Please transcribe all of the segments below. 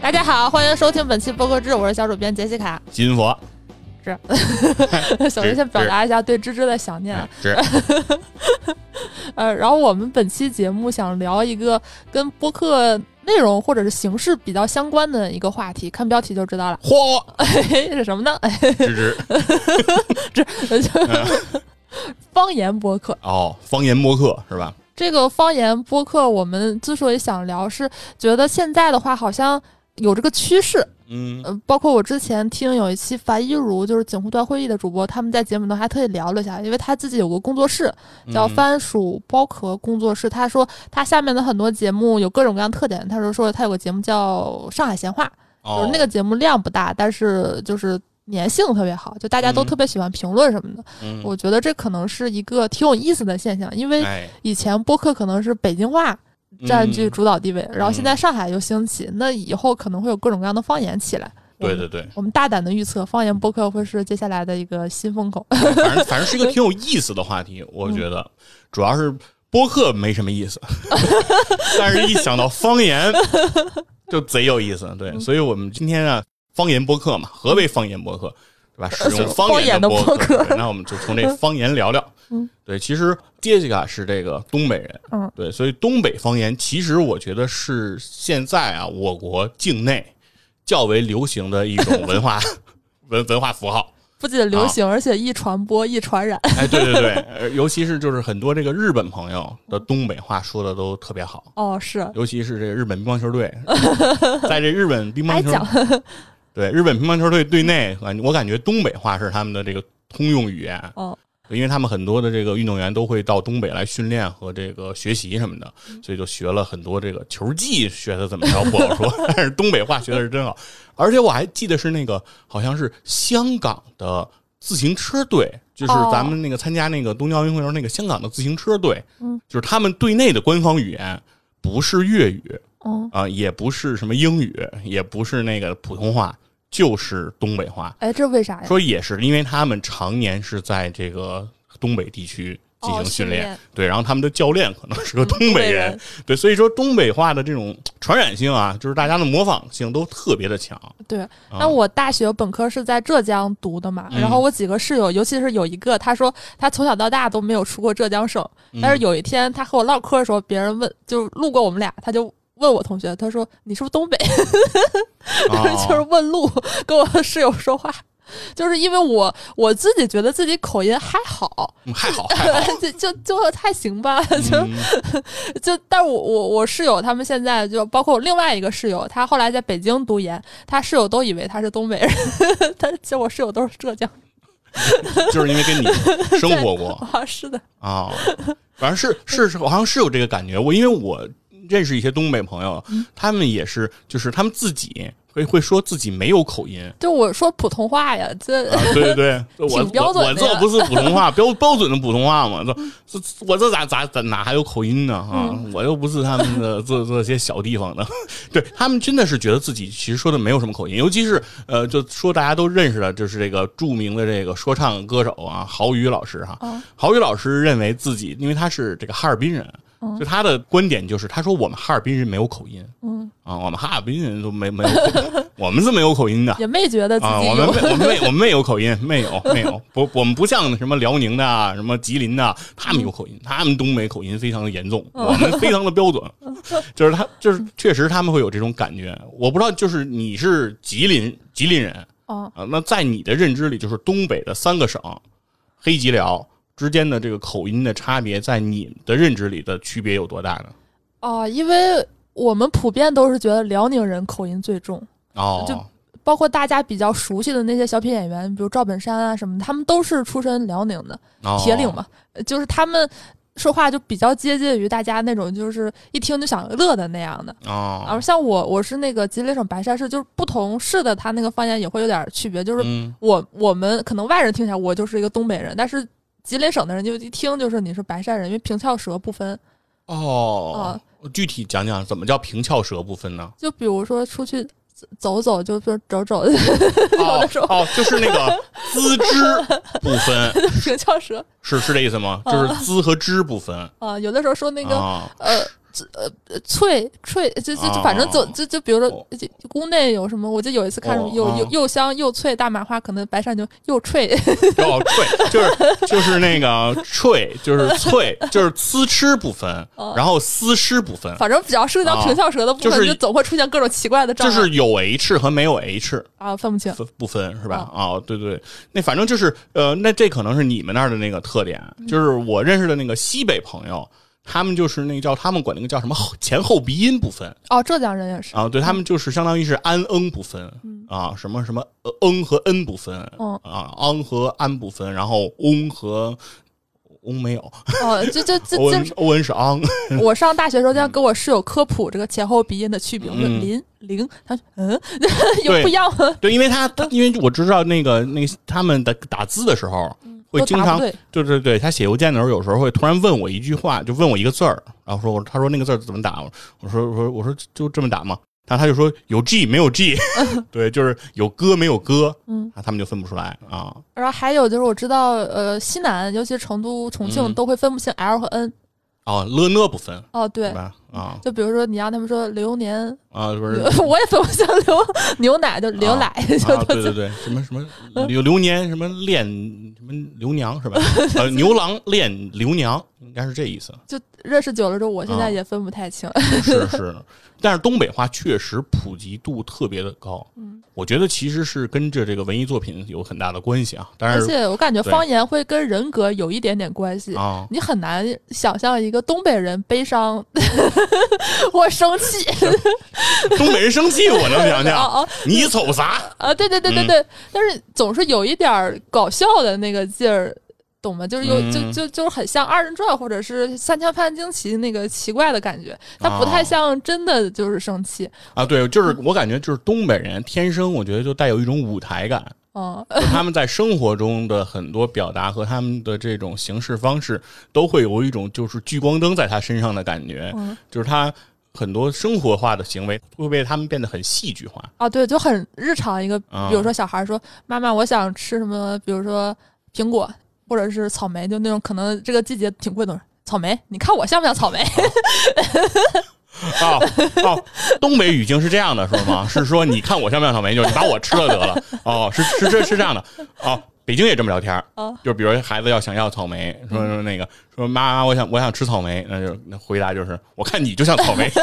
大家好，欢迎收听本期播客志，我是小主编杰西卡。 金佛是小杰先表达一下对芝芝的想念。 是然后我们本期节目想聊一个跟播客内容或者是形式比较相关的一个话题，看标题就知道了。 嚯， 是什么呢？ 芝芝方言播客。 哦，方言播客是吧？ 这个方言播客我们之所以想聊，是觉得现在的话好像有这个趋势。包括我之前听有一期樊一茹，就是锦湖端会议的主播，他们在节目中还特意聊了一下，因为他自己有个工作室叫番薯剥壳工作室，他说他下面的很多节目有各种各样特点，他说他有个节目叫上海闲话，就是那个节目量不大，但是就是粘性特别好，就大家都特别喜欢评论什么的。我觉得这可能是一个挺有意思的现象，因为以前播客可能是北京话占据主导地位，然后现在上海又兴起，那以后可能会有各种各样的方言起来。 对对对， 我们大胆的预测，方言播客会是接下来的一个新风口。 反正是一个挺有意思的话题，我觉得主要是播客没什么意思，但是一想到方言就贼有意思。对，所以我们今天啊，方言播客嘛，何为方言播客？对吧？使用方言的播客，那我们就从这方言聊聊。对，其实杰西卡是这个东北人，对，所以东北方言其实我觉得是现在啊我国境内较为流行的一种文化文化符号。 不仅流行，而且易传播、易传染。 哎，对对对，尤其是就是很多这个日本朋友的东北话说的都特别好。 哦，是， 尤其是这个日本乒乓球队，在这日本乒乓球。对，日本乒乓球队队内，我感觉东北话是他们的这个通用语言。因为他们很多的这个运动员都会到东北来训练和这个学习什么的，所以就学了很多这个球技，学的怎么着不好说，但是东北话学的是真好。而且我还记得是那个好像是香港的自行车队，就是咱们那个参加那个东京奥运会时候那个香港的自行车队，就是他们队内的官方语言不是粤语，也不是什么英语，也不是那个普通话。就是东北话。 哎，这为啥呀？ 说也是因为他们常年是在这个东北地区进行训练，对，然后他们的教练可能是个东北人，对，所以说东北话的这种传染性啊，就是大家的模仿性都特别的强。对， 那我大学本科是在浙江读的嘛，然后我几个室友，尤其是有一个，他说他从小到大都没有出过浙江省，但是有一天他和我唠嗑的时候，别人问，就路过我们俩，他就问我同学，他说你是不是东北？就是问路，跟我室友说话，就是因为我自己觉得自己口音还好， 还好， 就还行吧，就，但是我室友他们现在就包括我另外一个室友，他后来在北京读研，他室友都以为他是东北人，其实我室友都是浙江。 就是因为跟你生活过啊，是的啊，反正是好像是有这个感觉。因为我认识一些东北朋友，他们也是，就是他们自己会说自己没有口音， 就我说普通话呀，这对对对， 挺标准的。 我这不是普通话标准的普通话吗？我这咋哪还有口音呢？我又不是他们的这些小地方的，对，他们真的是觉得自己其实说的没有什么口音，尤其是就说大家都认识的，就是这个著名的这个说唱歌手啊，郝宇老师哈。郝宇老师认为自己，因为他是这个哈尔滨人。就他的观点就是，他说我们哈尔滨人没有口音，我们哈尔滨人都没有，我们是没有口音的， 也没觉得自己有， 我们没有口音，没有，我们不像什么辽宁的啊，什么吉林的啊，他们有口音，他们东北口音非常的严重，我们非常的标准，就是确实他们会有这种感觉，我不知道，就是你是吉林人那在你的认知里，就是东北的3个省，黑吉辽之间的这个口音的差别，在你的认知里的区别有多大呢？ 因为我们普遍都是觉得辽宁人口音最重，就包括大家比较熟悉的那些小品演员，比如赵本山啊什么的，他们都是出身辽宁的，铁岭嘛，就是他们说话就比较接近于大家那种就是一听就想乐的那样的而像我是那个吉林省白山市，就是不同市的他那个方言也会有点区别，就是我们可能外人听起来我就是一个东北人，但是吉林省的人就一听就是你是白山人，因为平翘舌不分。 具体讲讲怎么叫平翘舌不分呢？ 就比如说出去走走，就是走走，有的时候就是那个滋支不分， 平翘舌是这意思吗？就是滋和支不分有的时候说那个脆，就反正就比如说宫内有什么，我就有一次看又香又脆，大马花可能白鳝就又脆， 又脆，就是那个脆，就是脆，就是呲吃不分，然后丝湿不分， 反正只要是到平翘舌的部分，就总会出现各种奇怪的障碍， 就是有 H 和没有 H 啊，分不清， 不分是吧？对，那反正就是那这可能是你们那儿的那个特点，就是我认识的那个西北朋友，他们就是那个叫他们管那个叫什么前后鼻音不分。 浙江人也是对，他们就是相当于是安不分什么和恩不分昂和安不分，然后和没有欧恩是昂。 我上大学的时候，经常跟我室友科普这个前后鼻音的区别，我说零，他说有不一样吗？ 对，因为我知道那个他们的打字的时候会经常对，他写邮件的时候有时候会突然问我一句话，就问我一个字儿，然后他说那个字怎么打？我说就这么打吗？他就说有 G 没有 G， 对，就是有歌没有歌，他们就分不出来啊。 然后还有就是我知道西南，尤其是成都、重庆都会分不清 L 和 N。 了呢不分。 对吧？ 就比如说你让他们说流年不是， 我也分不清牛奶就流奶， 对，什么流年什么恋什么刘娘是吧？牛郎恋刘娘应该是这意思。 就认识久了之后，我现在也分不太清。 是，但是东北话确实普及度特别的高。我觉得其实是跟这个文艺作品有很大的关系啊。而且我感觉方言会跟人格有一点点关系。你很难想象一个东北人悲伤或生气。 东北人生气我能想象。你瞅啥对，但是总是有一点搞笑的那个劲儿。懂吗？就是就是很像二人转或者是三枪拍惊奇那个奇怪的感觉，它不太像真的就是生气对，就是我感觉就是东北人天生我觉得就带有一种舞台感就他们在生活中的很多表达和他们的这种行事方式都会有一种就是聚光灯在他身上的感觉，就是他很多生活化的行为会被他们变得很戏剧化对，就很日常一个比如说小孩说妈妈我想吃什么，比如说苹果或者是草莓，就那种可能这个季节挺贵的草莓，你看我像不像草莓？ 东北语境是这样的，是吗？是说你看我像不像草莓，就是你把我吃了得了。是这样的。北京也这么聊天就比如孩子想要草莓，说那个说妈我想吃草莓，那回答就是我看你就像草莓。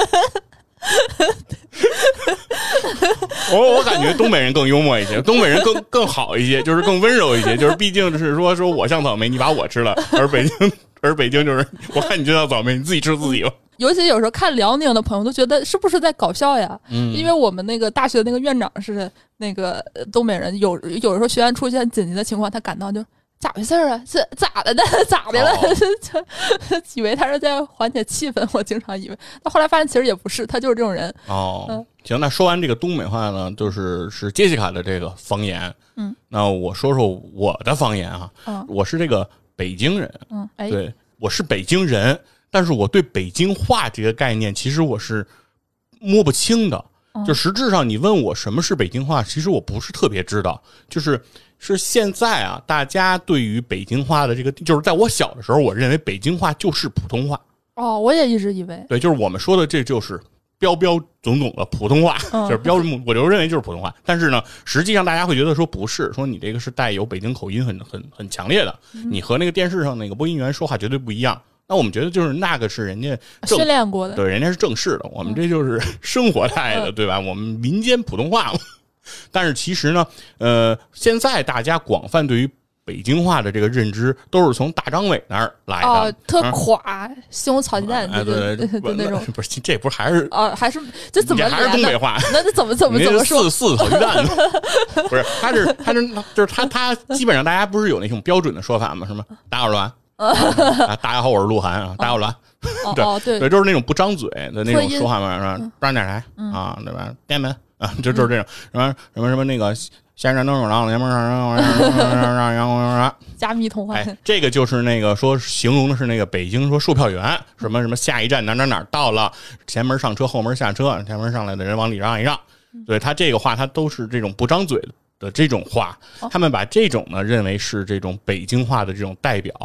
我感觉东北人更幽默一些，东北人更好一些，就是更温柔一些，就是毕竟是说我像草莓，你把我吃了，而北京就是我看你就像草莓，你自己吃自己吧。 尤其有时候看辽宁的朋友都觉得是不是在搞笑呀？因为我们那个大学的那个院长是那个东北人，有的时候学院出现紧急的情况，他赶到就。咋回事啊？是咋的呢？咋的了？以为他是在缓解气氛，我经常以为，但后来发现其实也不是，他就是这种人。 行，那说完这个东北话呢，是杰西卡的这个方言。那我说说我的方言我是这个北京人。对，我是北京人，但是我对北京话这个概念其实我是摸不清的。就实质上你问我什么是北京话，其实我不是特别知道。是现在大家对于北京话的这个，就是在我小的时候，我认为北京话就是普通话。 我也一直以为。 对，就是我们说的，这就是标准的普通话，就是标准，我就认为就是普通话。但是呢，实际上大家会觉得说不是，说你这个是带有北京口音很强烈的，你和那个电视上那个播音员说话绝对不一样。那我们觉得就是那个是人家训练过的， 对，人家是正式的，我们这就是生活态的，对吧？我们民间普通话嘛。但是其实呢，现在大家广泛对于北京话的这个认知，都是从大张伟那儿来的。 特垮，西红柿炒鸡蛋， 对那种。 不是，这不是还是还是这怎么还是东北话？ 那怎么说？ 四炒鸡蛋不是，他就是他基本上大家不是有那种标准的说法吗？什么打耳卵？大家好，我是鹿晗大家好卵。对，就是那种不张嘴的那种说话嘛，不让点台对吧？电门。就是这种什么那个先生灯让加密通话， 这个就是那个说形容的是那个北京说售票员什么下一站哪到了，前门上车后门下车，前门上来的人往里让一让。对，他这个话他都是这种不张嘴的这种话，他们把这种呢认为是这种北京话的这种代表。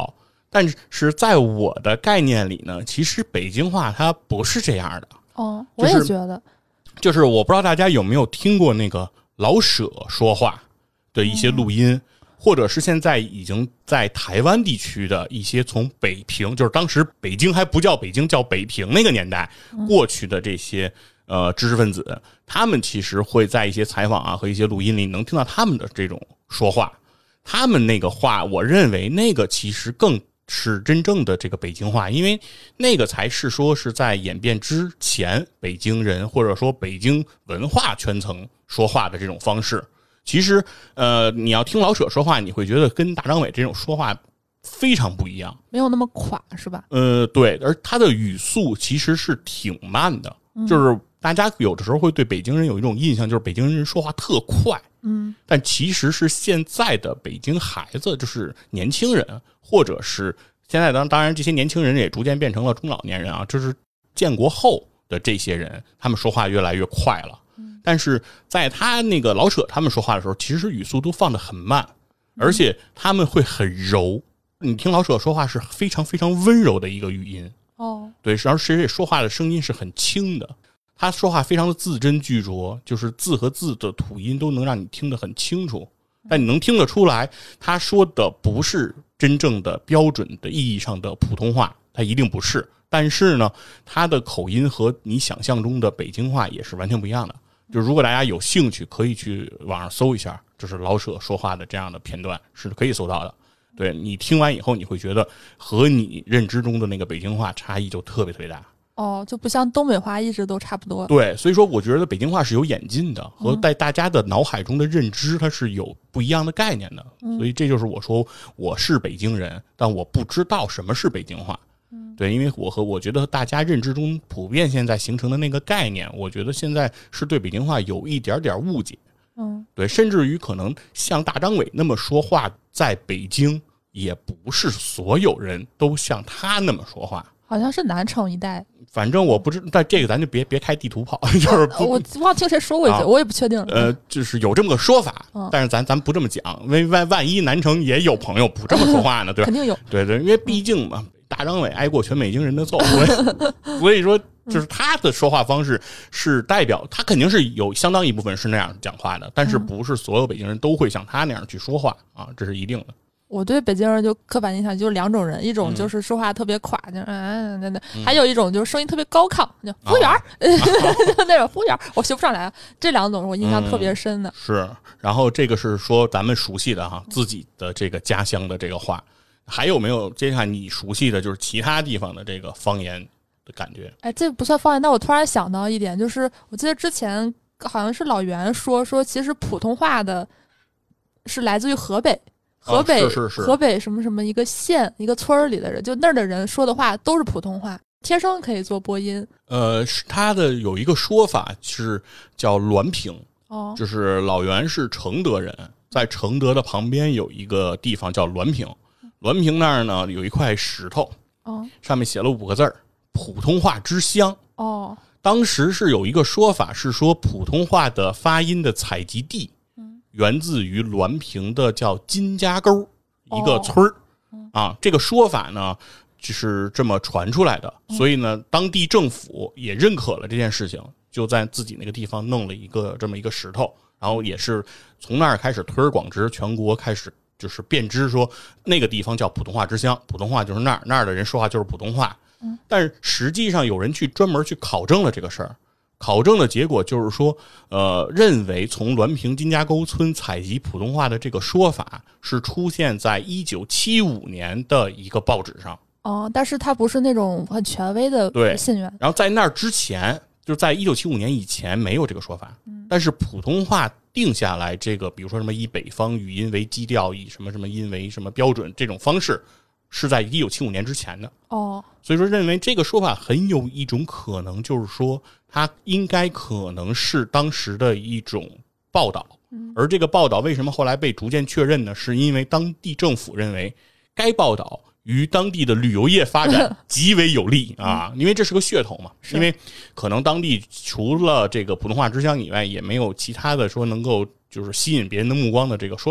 但是在我的概念里呢，其实北京话它不是这样的。 哦，我也觉得， 就是我不知道大家有没有听过那个老舍说话的一些录音，或者是现在已经在台湾地区的一些从北平，就是当时北京还不叫北京，叫北平那个年代过去的这些知识分子，他们其实会在一些采访啊和一些录音里能听到他们的这种说话，他们那个话，我认为那个其实更是真正的这个北京话，因为那个才是说是在演变之前北京人或者说北京文化圈层说话的这种方式。其实你要听老舍说话，你会觉得跟大张伟这种说话非常不一样， 没有那么垮是吧？ 对，而他的语速其实是挺慢的，就是大家有的时候会对北京人有一种印象，就是北京人说话特快，但其实是现在的北京孩子，就是年轻人，或者是现在当然这些年轻人也逐渐变成了中老年人啊，就是建国后的这些人，他们说话越来越快了。但是在他那个老舍他们说话的时候，其实语速都放得很慢，而且他们会很柔。你听老舍说话是非常非常温柔的一个语音，对，然后谁说话的声音是很轻的。他说话非常的字斟句酌，就是字和字的吐音都能让你听得很清楚，但你能听得出来他说的不是真正的标准的意义上的普通话，他一定不是，但是呢他的口音和你想象中的北京话也是完全不一样的。就如果大家有兴趣可以去网上搜一下，就是老舍说话的这样的片段是可以搜到的。对，你听完以后你会觉得和你认知中的那个北京话差异就特别特别大。 就不像东北话一直都差不多。 对，所以说我觉得北京话是有演进的，和在大家的脑海中的认知它是有不一样的概念的。所以这就是我说我是北京人，但我不知道什么是北京话。对，因为我觉得大家认知中普遍现在形成的那个概念，我觉得现在是对北京话有一点点误解。对，甚至于可能像大张伟那么说话，在北京也不是所有人都像他那么说话。 好像是南城一带， 反正我不知道，但这个咱就别开地图炮，就是我忘听谁说过一句，我也不确定了。 就是有这么个说法，但是咱不这么讲，因为万一南城也有朋友不这么说话呢，对吧？ 肯定有， 对，因为毕竟嘛，大张伟挨过全北京人的揍，所以说就是他的说话方式是代表他肯定是有相当一部分是那样讲话的，但是不是所有北京人都会像他那样去说话啊，这是一定的。 我对北京人就刻板印象就是两种人，一种就是说话特别垮，还有一种就是声音特别高亢，叫服务员那种服务员，我学不上来。这两种我印象特别深的。 是，然后这个是说咱们熟悉的哈，自己的这个家乡的这个话，还有没有接下来你熟悉的就是其他地方的这个方言的感觉？ 这不算方言，但我突然想到一点，就是我记得之前好像是老袁说其实普通话的是来自于河北。河北什么什么一个县一个村里的人，就那儿的人说的话都是普通话，天生可以做播音。 他的有一个说法是叫滦平，就是老袁是承德人，在承德的旁边有一个地方叫滦平，滦平那儿呢有一块石头，上面写了5个字儿：普通话之乡。当时是有一个说法是说普通话的发音的采集地。源自于滦平的叫金家沟一个村儿，这个说法呢就是这么传出来的，所以呢当地政府也认可了这件事情，就在自己那个地方弄了一个这么一个石头，然后也是从那儿开始推而广之，全国开始就是遍知说那个地方叫普通话之乡，普通话就是那儿的人说话就是普通话。但是实际上有人专门去考证了这个事儿。考证的结果就是说，认为从滦平金家沟村采集普通话的这个说法是出现在1975年的一个报纸上。 但是它不是那种很权威的信源。 然后在那之前，就是在1975年以前没有这个说法。但是普通话定下来这个，比如说什么以北方语音为基调，以什么什么音为什么标准这种方式，是在1975年之前的。所以说认为这个说法很有一种可能，就是说它应该可能是当时的一种报道。而这个报道为什么后来被逐渐确认呢？是因为当地政府认为该报道于当地的旅游业发展极为有利啊，因为这是个噱头嘛。因为可能当地除了这个普通话之乡以外，也没有其他的说能够就是吸引别人的目光的这个说法，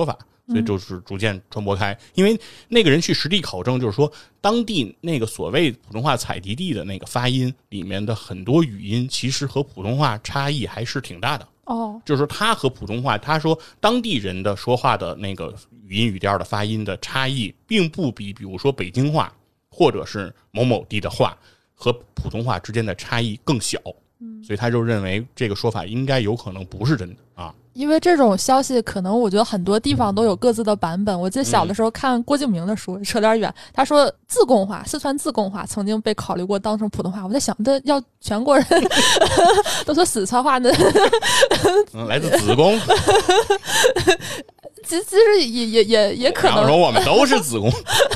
所以就是逐渐传播开。因为那个人去实地考证，就是说当地那个所谓普通话采集地的那个发音里面的很多语音，其实和普通话差异还是挺大的。就是说他和普通话，他说当地人的说话的那个语音语调的发音的差异，并不比如说北京话或者是某某地的话和普通话之间的差异更小。所以他就认为这个说法应该有可能不是真的啊。 因为这种消息可能我觉得很多地方都有各自的版本。我记得小的时候看郭敬明的书，扯点远，他说自贡话，四川自贡话曾经被考虑过当成普通话。我在想，这要全国人都说四川话呢？ 来自子贡。 其实也可能说我们都是子贡。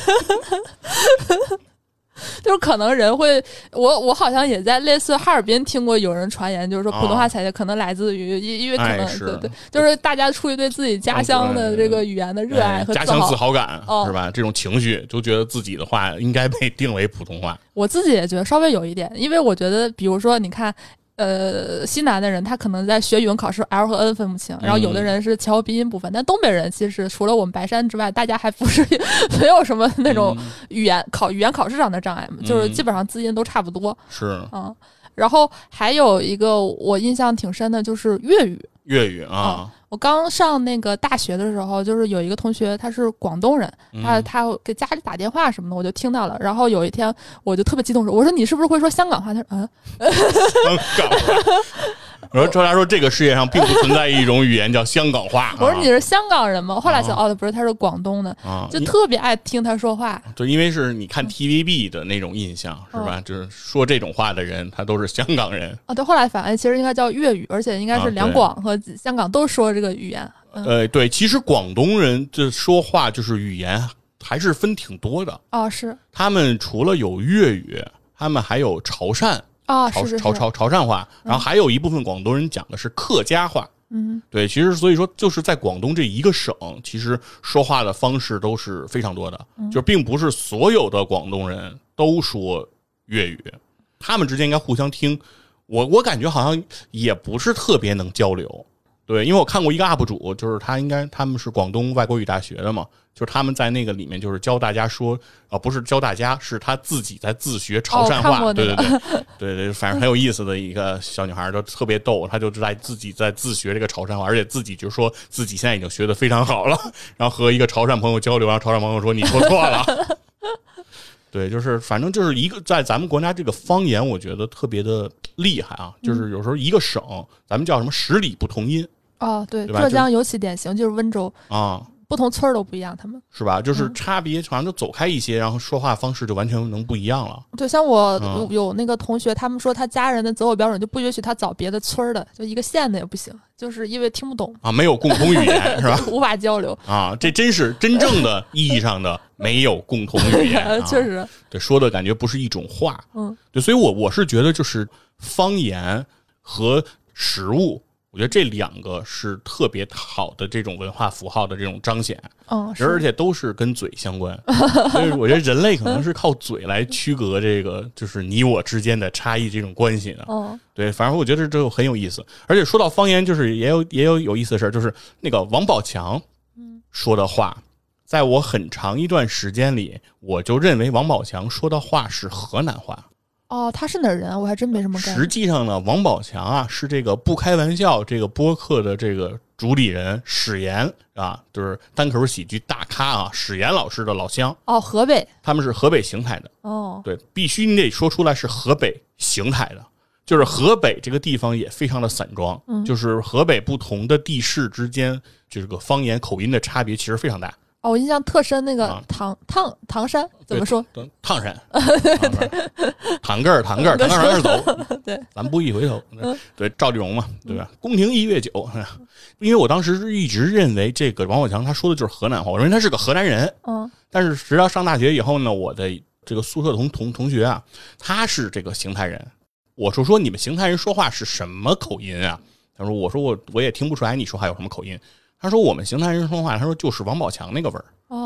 就是可能人会，我好像也在类似哈尔滨听过有人传言，就是说普通话采集可能来自于，因为可能对，就是大家出于对自己家乡的这个语言的热爱和家乡自豪感，是吧？这种情绪就觉得自己的话应该被定为普通话。 我自己也觉得稍微有一点，因为我觉得，比如说你看。西南的人他可能在学语文考试 L 和 N 分不清，然后有的人是前后鼻音不分，但东北人其实除了我们白山之外，大家还不是没有什么那种语言考试上的障碍，就是基本上字音都差不多。 是然后还有一个我印象挺深的就是粤语啊。 我刚上那个大学的时候，就是有一个同学他是广东人，他给家里打电话什么的，我就听到了。然后有一天我就特别激动说：“我说你是不是会说香港话？”他说：“ 香港话。”我说周达说这个世界上并不存在一种语言叫香港话。 我说你是香港人吗？后来想不是，他是广东的，就特别爱听他说话。 就因为是你看 TVB 的那种印象是吧？就是说这种话的人他都是香港人对，后来反正其实应该叫粤语，而且应该是两广和香港都说这个语言。 对，其实广东人这说话就是语言还是分挺多的。 是他们除了有粤语，他们还有潮汕。潮汕话，然后还有一部分广东人讲的是客家话。对，其实所以说就是在广东这一个省，其实说话的方式都是非常多的，就并不是所有的广东人都说粤语，他们之间应该互相听。我感觉好像也不是特别能交流。对，因为我看过一个 UP 主，就是他们是广东外国语大学的嘛，就是他们在那个里面就是教大家说，不是教大家，是他自己在自学潮汕话。对，反正很有意思的一个小女孩，就特别逗，她就自己在自学这个潮汕话，而且自己就说自己现在已经学得非常好了，然后和一个潮汕朋友交流，然后潮汕朋友说你说错了。对，就是反正就是一个在咱们国家这个方言，我觉得特别的厉害啊，就是有时候一个省，咱们叫什么十里不同音。对， 浙江尤其典型，就是温州不同村都不一样，他们是吧？就是差别好像就走开一些，然后说话方式就完全能不一样了。 对，像我有那个同学，他们说他家人的择偶标准就不允许他找别的村的，就一个县的也不行，就是因为听不懂没有共同语言是吧？ 无法交流这真是真正的意义上的没有共同语言。 确实， 对，说的感觉不是一种话。对，所以我是觉得就是方言和食物。我觉得这两个是特别好的这种文化符号的这种彰显，而且都是跟嘴相关，所以我觉得人类可能是靠嘴来区隔这个就是你我之间的差异这种关系的。对，反正我觉得这很有意思。而且说到方言，就是也有意思的事，就是那个王宝强说的话，在我很长一段时间里，我就认为王宝强说的话是河南话。 他是哪儿人啊？我还真没什么概念。 实际上呢，王宝强是这个不开玩笑这个播客的这个主理人史岩就是单口喜剧大咖史岩老师的老乡。 河北， 他们是河北邢台的。对，必须你得说出来是河北邢台的，就是河北这个地方也非常的散装，就是河北不同的地势之间这个方言口音的差别其实非常大。 我印象特深，那个唐山怎么说？ 唐山，唐个儿往那儿走， 对， 咱不一回头。对，赵丽蓉嘛，对吧？宫廷一月酒，因为我当时一直认为这个王宝强他说的就是河南话，我认为他是个河南人。但是直到上大学以后呢，我的这个宿舍同学他是这个邢台人。我说你们邢台人说话是什么口音啊？他说我也听不出来你说话有什么口音。他说我们邢台人说话，他说就是王宝强那个味儿。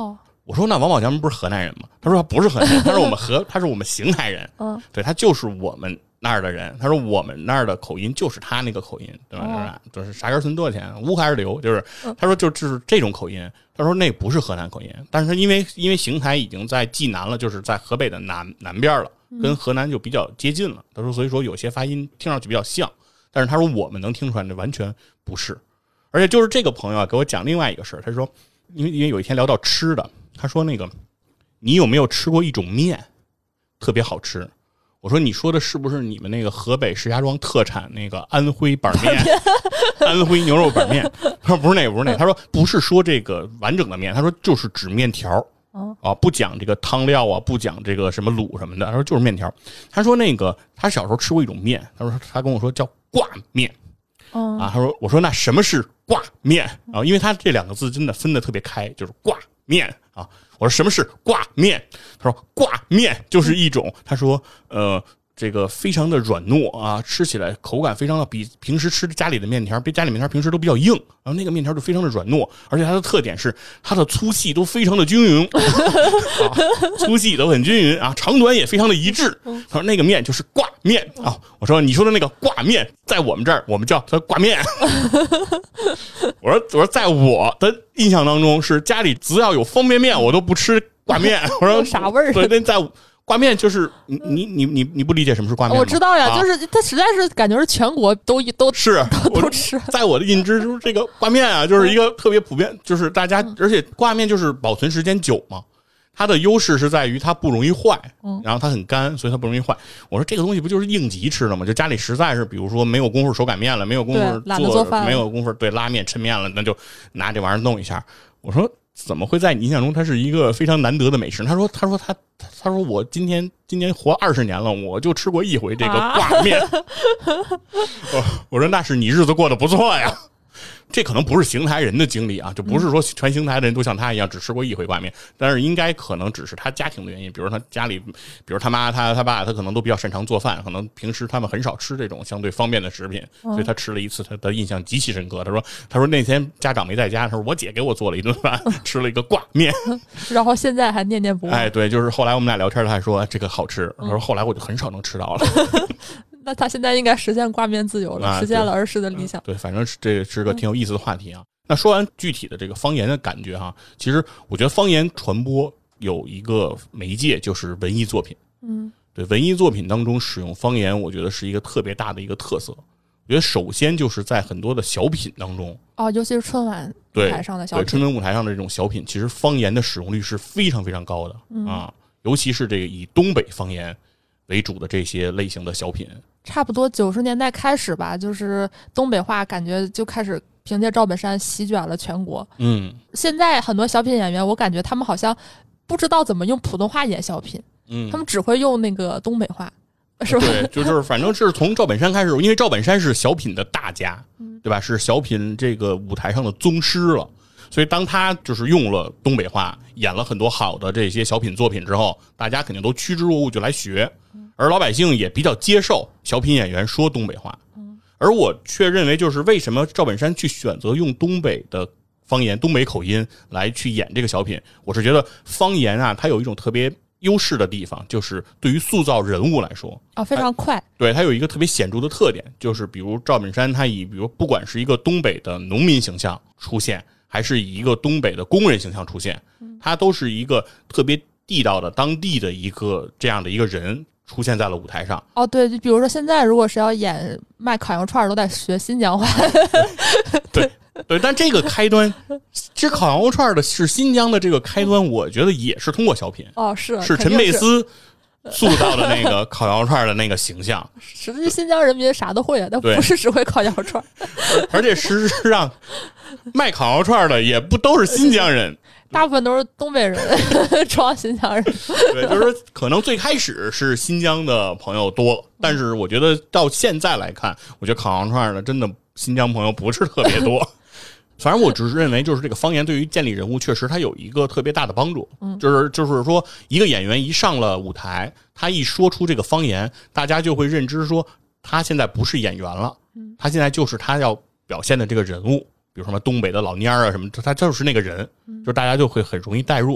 我说那王宝强不是河南人吗？他说他不是河南人，他说他是我们邢台人。对，他就是我们那儿的人。他说我们那儿的口音就是他那个口音，对吧？就是啥根村多少钱，乌还是刘，就是他说就是这种口音。他说那不是河南口音，但是他因为邢台已经在济南了，就是在河北的南边了，跟河南就比较接近了。他说所以说有些发音听上去比较像，但是他说我们能听出来这完全不是。而且就是这个朋友给我讲另外一个事儿，他说因为有一天聊到吃的，他说那个你有没有吃过一种面特别好吃？我说你说的是不是你们那个河北石家庄特产那个安徽板面安徽牛肉板面？他说不是那个不是那个，他说不是说这个完整的面，他说就是指面条不讲这个汤料啊，不讲这个什么卤什么的，他说就是面条。他说那个他小时候吃过一种面，他说他跟我说叫挂面他说我说那什么是挂面啊？因为他这两个字真的分得特别开，就是挂面啊。我说什么是挂面？他说挂面就是一种，他说这个非常的软糯啊，吃起来口感非常的比平时吃家里的面条，比家里面条平时都比较硬，然后那个面条就非常的软糯，而且它的特点是它的粗细都非常的均匀粗细都很均匀啊，长短也非常的一致。他说那个面就是挂面啊。我说你说的那个挂面在我们这儿我们叫它挂面我说在我的印象当中是家里只要有方便面我都不吃挂面。我说啥味儿？ 对，那在挂面就是你不理解什么是挂面吗？ 我知道呀，就是它实在是感觉是全国都是都吃。 在我的认知就是这个挂面啊，就是一个特别普遍，就是大家，而且挂面就是保存时间久嘛，它的优势是在于它不容易坏，然后它很干，所以它不容易坏。我说这个东西不就是应急吃的吗？就家里实在是比如说没有功夫手擀面了，没有功夫做饭， 没有功夫对拉面抻面了，那就拿这玩意儿弄一下。我说怎么会在你印象中它是一个非常难得的美食？他说我今年活20年了，我就吃过一回这个挂面我说那是你日子过得不错呀。这可能不是邢台人的经历啊，就不是说全邢台的人都像他一样只吃过一回挂面，但是应该可能只是他家庭的原因，比如他家里，比如他妈他爸他可能都比较擅长做饭，可能平时他们很少吃这种相对方便的食品，所以他吃了一次，他的印象极其深刻。他说那天家长没在家，他说我姐给我做了一顿饭，吃了一个挂面然后现在还念念不忘。 哎，对，就是后来我们俩聊天他还说这个好吃，他说后来我就很少能吃到了那他现在应该实现挂面自由了，实现了儿时的理想。 对，反正这是个挺有意思的话题啊。那说完具体的这个方言的感觉哈，其实我觉得方言传播有一个媒介就是文艺作品。对，文艺作品当中使用方言，我觉得是一个特别大的一个特色。我觉得首先就是在很多的小品当中尤其是春晚舞台上的小品， 对春晚舞台上的这种小品，其实方言的使用率是非常非常高的尤其是这个以东北方言为主的这些类型的小品。 差不多90年代开始吧，就是东北话感觉就开始凭借赵本山席卷了全国。现在很多小品演员，我感觉他们好像不知道怎么用普通话演小品，他们只会用那个东北话，是吧？ 对，就是反正是从赵本山开始，因为赵本山是小品的大家，对吧？是小品这个舞台上的宗师了。所以当他就是用了东北话演了很多好的这些小品作品之后，大家肯定都趋之若鹜就来学，而老百姓也比较接受小品演员说东北话。而我却认为，就是为什么赵本山去选择用东北的方言、东北口音来去演这个小品，我是觉得方言啊，它有一种特别优势的地方，就是对于塑造人物来说非常快。 对，它有一个特别显著的特点，就是比如赵本山他以比如不管是一个东北的农民形象出现，还是以一个东北的工人形象出现，他都是一个特别地道的当地的一个这样的一个人出现在了舞台上。 对，就比如说现在如果是要演卖烤羊串都得学新疆话对，但这个开端，这烤羊肉串的是新疆的这个开端，我觉得也是通过小品是陈佩斯塑造的那个烤羊肉串的那个形象。 实际新疆人民啥都会但不是只会烤羊肉串而且事实上卖烤羊肉串的也不都是新疆人， 大部分都是东北人装新疆人。 对，就是说可能最开始是新疆的朋友多，但是我觉得到现在来看，我觉得烤羊肉串的真的新疆朋友不是特别多反正我只是认为，就是这个方言对于建立人物确实它有一个特别大的帮助。就是说一个演员一上了舞台，他一说出这个方言，大家就会认知说他现在不是演员了，他现在就是他要表现的这个人物，比如什么东北的老蔫啊什么，他就是那个人，就是大家就会很容易带入。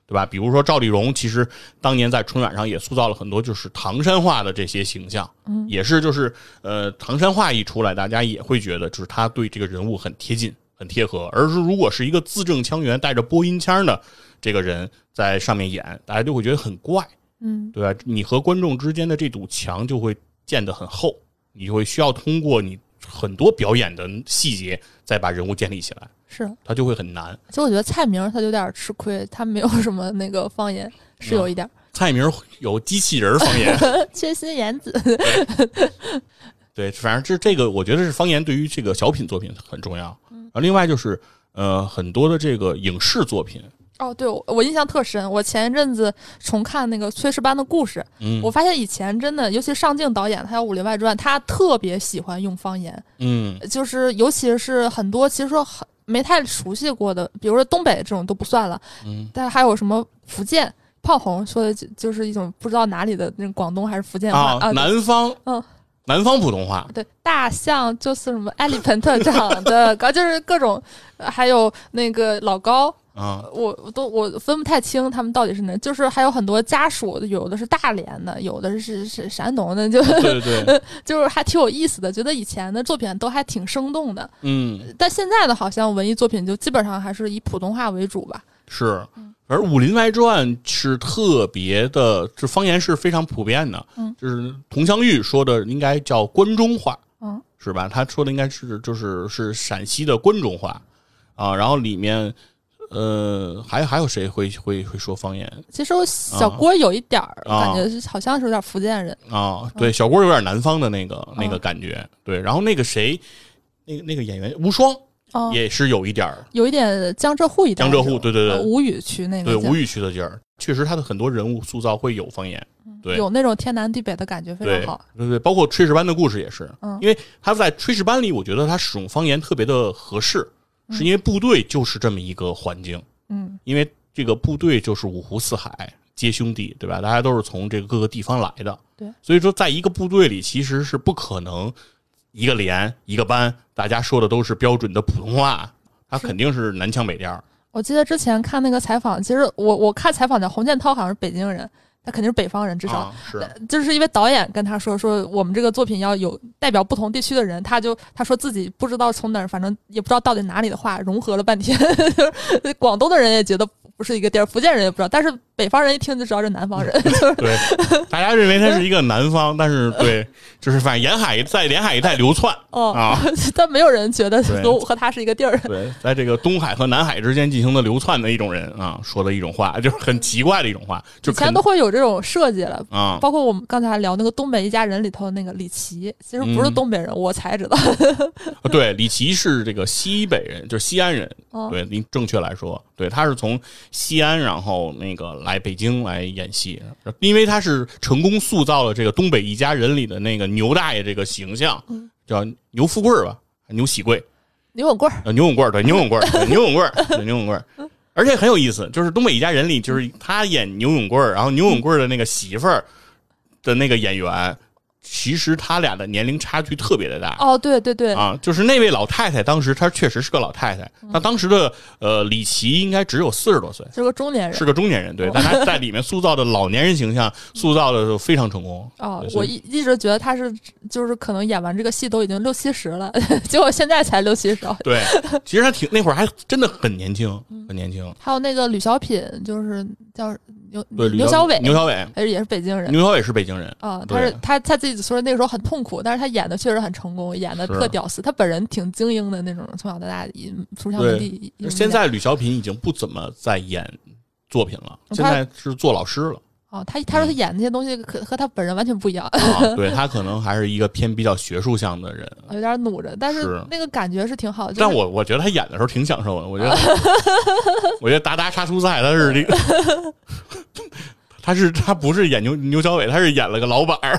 对吧？比如说赵丽蓉，其实当年在春晚上也塑造了很多就是唐山话的这些形象，也是就是唐山话一出来，大家也会觉得就是他对这个人物很贴近、很贴合。而是如果是一个字正腔圆、带着播音腔的这个人在上面演，大家就会觉得很怪，对吧？你和观众之间的这堵墙就会建得很厚，你会需要通过你很多表演的细节再把人物建立起来。 是， 他就会很难。 其实我觉得蔡明他有点吃亏，他没有什么那个方言，是有一点。 蔡明有机器人方言， 缺心眼子。 对，反正这个我觉得是方言对于这个小品作品很重要。另外就是很多的这个影视作品。 哦，对，我印象特深。我前一阵子重看那个《炊事班的故事》，我发现以前真的，尤其上镜导演，还有《武林外传》，他特别喜欢用方言。就是尤其是很多其实说没太熟悉过的，比如说东北这种都不算了，但还有什么福建，胖红说的就是一种不知道哪里的那种广东还是福建话南方，南方普通话。 对，大象就是什么 elephant 长的，就是各种，还有那个老高。我分不太清他们到底是哪，就是还有很多家属，有的是大连的，有的是山东的，就对就是还挺有意思的，觉得以前的作品都还挺生动的。但现在的好像文艺作品就基本上还是以普通话为主吧。 是，而《武林外传》是特别的，这方言是非常普遍的。就是佟湘玉说的应该叫关中话，是吧？他说的应该是陕西的关中话啊，然后里面。还有谁会说方言？其实小郭有一点感觉好像是有点福建人对，小郭有点南方的那个感觉。对，然后那个谁，那个演员无双也是有一点江浙沪江浙沪，对， 吴语区那个， 对，吴语区的劲儿，确实他的很多人物塑造会有方言，对， 有那种天南地北的感觉，非常好。 对，包括炊事班的故事也是，因为他在炊事班里，我觉得他使用方言特别的合适。是因为部队就是这么一个环境，因为这个部队就是五湖四海皆兄弟，对吧？大家都是从这个各个地方来的， 对， 所以说在一个部队里，其实是不可能一个连一个班大家说的都是标准的普通话，他肯定是南腔北调。 我记得之前看那个采访，其实我看采访叫洪建涛，好像是北京人。他肯定是北方人，至少就是因为导演跟他说我们这个作品要有代表不同地区的人，他说自己不知道从哪儿，反正也不知道到底哪里的话融合了半天，广东的人也觉得不是一个地儿，福建人也不知道，但是北方人一听就知道是南方人。 对，大家认为他是一个南方，但是对，就是反正在沿海一带流窜但没有人觉得和他是一个地儿。 对，在这个东海和南海之间进行的流窜的一种人说的一种话，就是很奇怪的一种话。 以前都会有这种设计了包括我们刚才还聊那个《东北一家人》里头那个李琦，其实不是东北人，我才知道。 对，李琦是这个西北人，就是西安人。对，您正确来说，对，他是从西安然后那个来北京来演戏，因为他是成功塑造了这个《东北一家人》里的那个牛大爷这个形象，叫牛富贵吧，牛喜贵， 牛永贵， 牛永贵，对，牛永贵，牛永贵，对，牛永贵。而且很有意思，就是《东北一家人》里，就是他演牛永贵，然后牛永贵的那个媳妇儿的那个演员。其实他俩的年龄差距特别的大对就是那位老太太当时她确实是个老太太，那当时的李琦应该只有40多岁， 是个中年人， 对，但她在里面塑造的老年人形象塑造的非常成功我一直觉得她就是可能演完这个戏都已经60、70了，结果现在才60、70。 对，其实她那会儿还真的很年轻，很年轻。 还有那个吕小品，就是叫牛小伟也是北京人， 牛小伟是北京人他自己说那个时候很痛苦，但是他演的确实很成功，演的特屌丝。他本人挺精英的那种，从小到大出乡门第。 现在吕小品已经不怎么在演作品了，现在是做老师了。 他说他演那些东西和他本人完全不一样。 对，他可能还是一个偏比较学术向的人， 有点努着，但是那个感觉是挺好的。 但我觉得他演的时候挺享受的，我觉得达达杀蔬菜他是这个，他不是演牛小伟，他是演了个老板儿。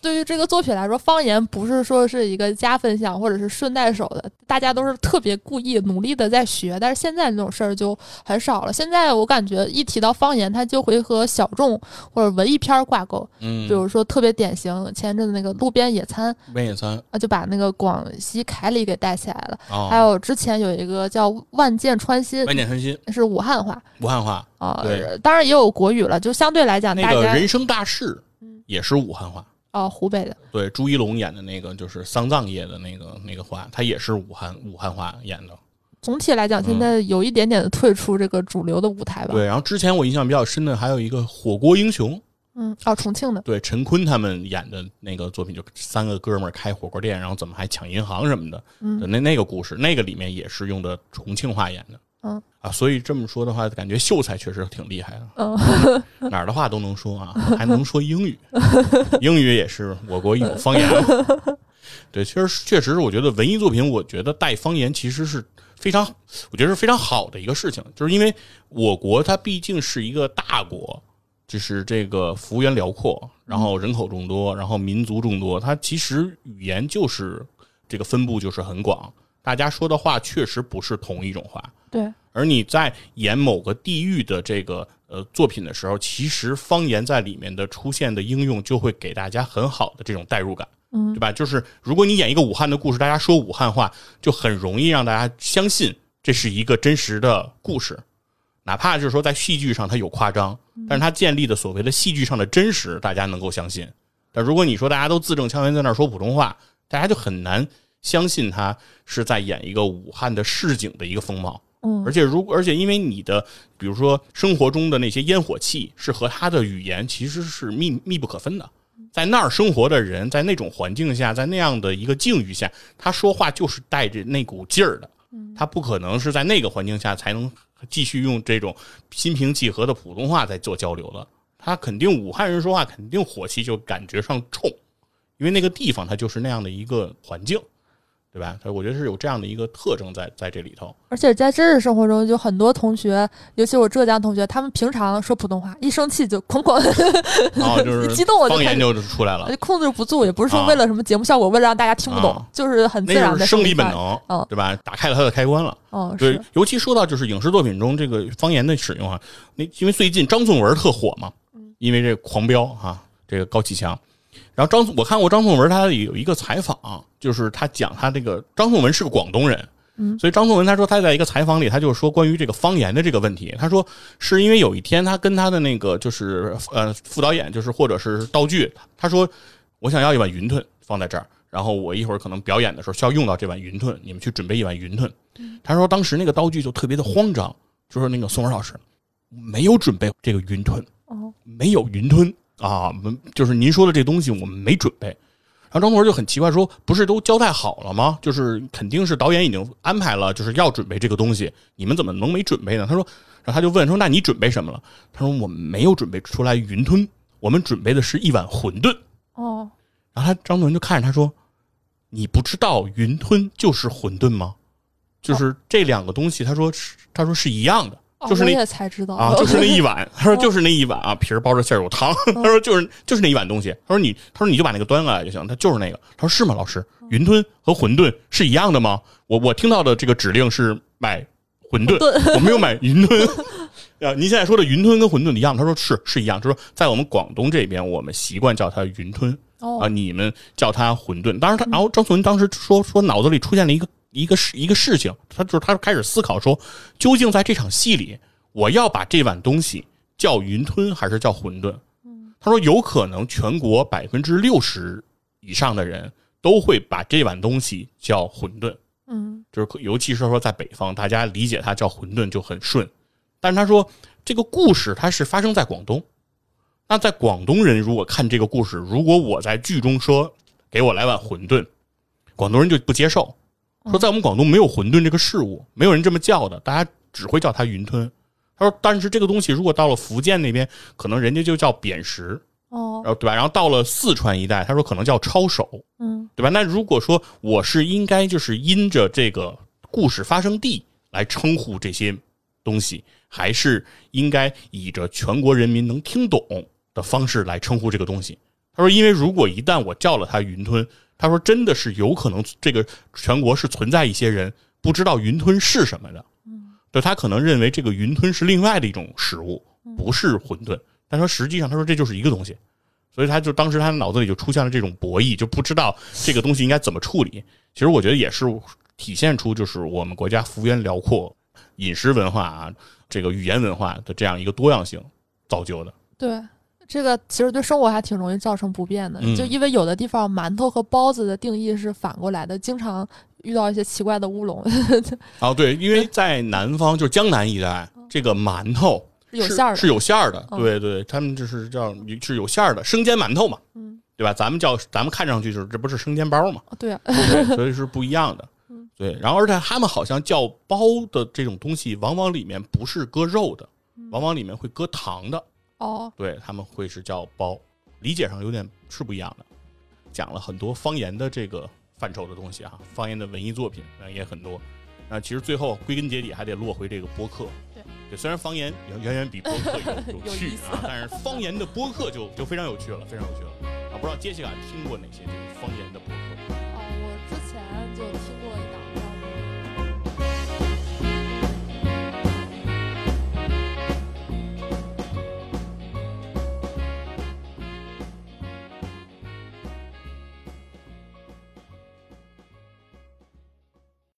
对于这个作品来说，方言不是说是一个加分项或者是顺带手的，大家都是特别故意努力的在学，但是现在这种事儿就很少了。现在我感觉一提到方言，它就会和小众或者文艺片挂钩，比如说特别典型前阵子那个路边野餐啊，就把那个广西凯里给带起来了。还有之前有一个叫万箭穿心是武汉话对， 当然也有国语了，就相对来讲大家那个人生大事也是武汉话湖北的。 对，朱一龙演的那个就是丧葬业的那个话，他也是武汉话演的。 总体来讲，现在有一点点的退出这个主流的舞台吧。 对，然后之前我印象比较深的还有一个火锅英雄， 重庆的， 对，陈坤他们演的那个作品，就3个哥们儿开火锅店，然后怎么还抢银行什么的，那个故事，那个里面也是用的重庆话演的。所以这么说的话，感觉秀才确实挺厉害的，哪儿的话都能说啊，还能说英语，英语也是我国一种方言。对，确实，我觉得文艺作品，我觉得带方言其实是我觉得是非常好的一个事情，就是因为我国它毕竟是一个大国，就是这个幅员辽阔，然后人口众多，然后民族众多，它其实语言就是这个分布就是很广，大家说的话确实不是同一种话。 对， 而你在演某个地域的这个作品的时候，其实方言在里面的出现的应用就会给大家很好的这种代入感，对吧？就是如果你演一个武汉的故事，大家说武汉话，就很容易让大家相信这是一个真实的故事，哪怕就是说在戏剧上它有夸张，但是它建立的所谓的戏剧上的真实，大家能够相信。但如果你说大家都字正腔圆在那儿说普通话，大家就很难相信他是在演一个武汉的市井的一个风貌。而且因为你的比如说生活中的那些烟火气是和他的语言其实是密不可分的，在那儿生活的人，在那种环境下，在那样的一个境遇下，他说话就是带着那股劲儿的，他不可能是在那个环境下才能继续用这种心平气和的普通话在做交流的，他肯定武汉人说话肯定火气就感觉上冲，因为那个地方它就是那样的一个环境，对吧？我觉得是有这样的一个特征在这里头。 而且在真实生活中，就很多同学，尤其我浙江同学，他们平常说普通话，一生气就哐哐， 就是一激动我就方言就出来了， 就控制不住，也不是说为了什么节目效果，为了让大家听不懂，就是很自然的生理本能，对吧？打开了它的开关了。对，尤其说到就是影视作品中这个方言的使用啊，因为最近张颂文特火嘛，因为这个狂飙这个高启强。然后我看过张颂文他有一个采访，就是他讲他这个张颂文是个广东人，所以张颂文他说他在一个采访里他就说关于这个方言的这个问题，他说是因为有一天他跟他的那个就是副导演就是或者是道具，他说我想要一碗云吞放在这儿，然后我一会儿可能表演的时候需要用到这碗云吞，你们去准备一碗云吞。他说当时那个道具就特别的慌张，就说那个宋文老师没有准备这个云吞，没有云吞就是您说的这东西我们没准备。然后张颂文就很奇怪说不是都交代好了吗？就是肯定是导演已经安排了，就是要准备这个东西，你们怎么能没准备呢？他说，然后他就问说那你准备什么了？他说我们没有准备出来云吞，我们准备的是一碗馄饨。然后张颂文就看着他说你不知道云吞就是馄饨吗？就是这两个东西他说是一样的，就是那我也才知道就是那一碗。他说就是那一碗皮儿包着馅儿有汤。他说就是那一碗东西。他说你就把那个端过来就行。他就是那个。他说是吗，老师？云吞和馄饨是一样的吗？我听到的这个指令是买馄饨，我没有买云吞。您现在说的云吞跟馄饨一样？他说是一样。他说在我们广东这边，我们习惯叫它云吞你们叫它馄饨。当然然后张颂文当时说脑子里出现了一个事情，他开始思考说，究竟在这场戏里，我要把这碗东西叫云吞还是叫馄饨？他说有可能全国60%以上的人都会把这碗东西叫馄饨，就是尤其是说在北方，大家理解它叫馄饨就很顺。但是他说这个故事它是发生在广东，那在广东人如果看这个故事，如果我在剧中说给我来碗馄饨，广东人就不接受。说在我们广东没有馄饨这个事物，没有人这么叫的，大家只会叫它云吞。他说但是这个东西如果到了福建那边，可能人家就叫扁食，对吧？然后到了四川一带，他说可能叫抄手，对吧？那如果说我是应该就是因着这个故事发生地来称呼这些东西，还是应该以着全国人民能听懂的方式来称呼这个东西？ 他说因为如果一旦我叫了它云吞，他说真的是有可能这个全国是存在一些人不知道云吞是什么的，对，他可能认为这个云吞是另外的一种食物，不是馄饨。但说实际上他说这就是一个东西，所以他就当时他脑子里就出现了这种博弈，就不知道这个东西应该怎么处理。其实我觉得也是体现出就是我们国家幅员辽阔，饮食文化啊，这个语言文化的这样一个多样性造就的。 对，这个其实对生活还挺容易造成不便的，就因为有的地方馒头和包子的定义是反过来的，经常遇到一些奇怪的乌龙。 哦，对，因为在南方就是江南一带，这个馒头是有馅儿的，对对，他们就是是有馅儿的生煎馒头嘛，对吧？咱们看上去就是这不是生煎包嘛？ 对啊， 对，所以是不一样的。对，然后而且他们好像叫包的这种东西，往往里面不是搁肉的，往往里面会搁糖的。 哦， 对，他们会是叫包，理解上有点是不一样的。讲了很多方言的这个范畴的东西啊，方言的文艺作品也很多。那其实最后归根结底还得落回这个播客。对，虽然方言远远比播客有趣啊，但是方言的播客就非常有趣了，非常有趣了啊！不知道杰西卡听过哪些这个方言的播客？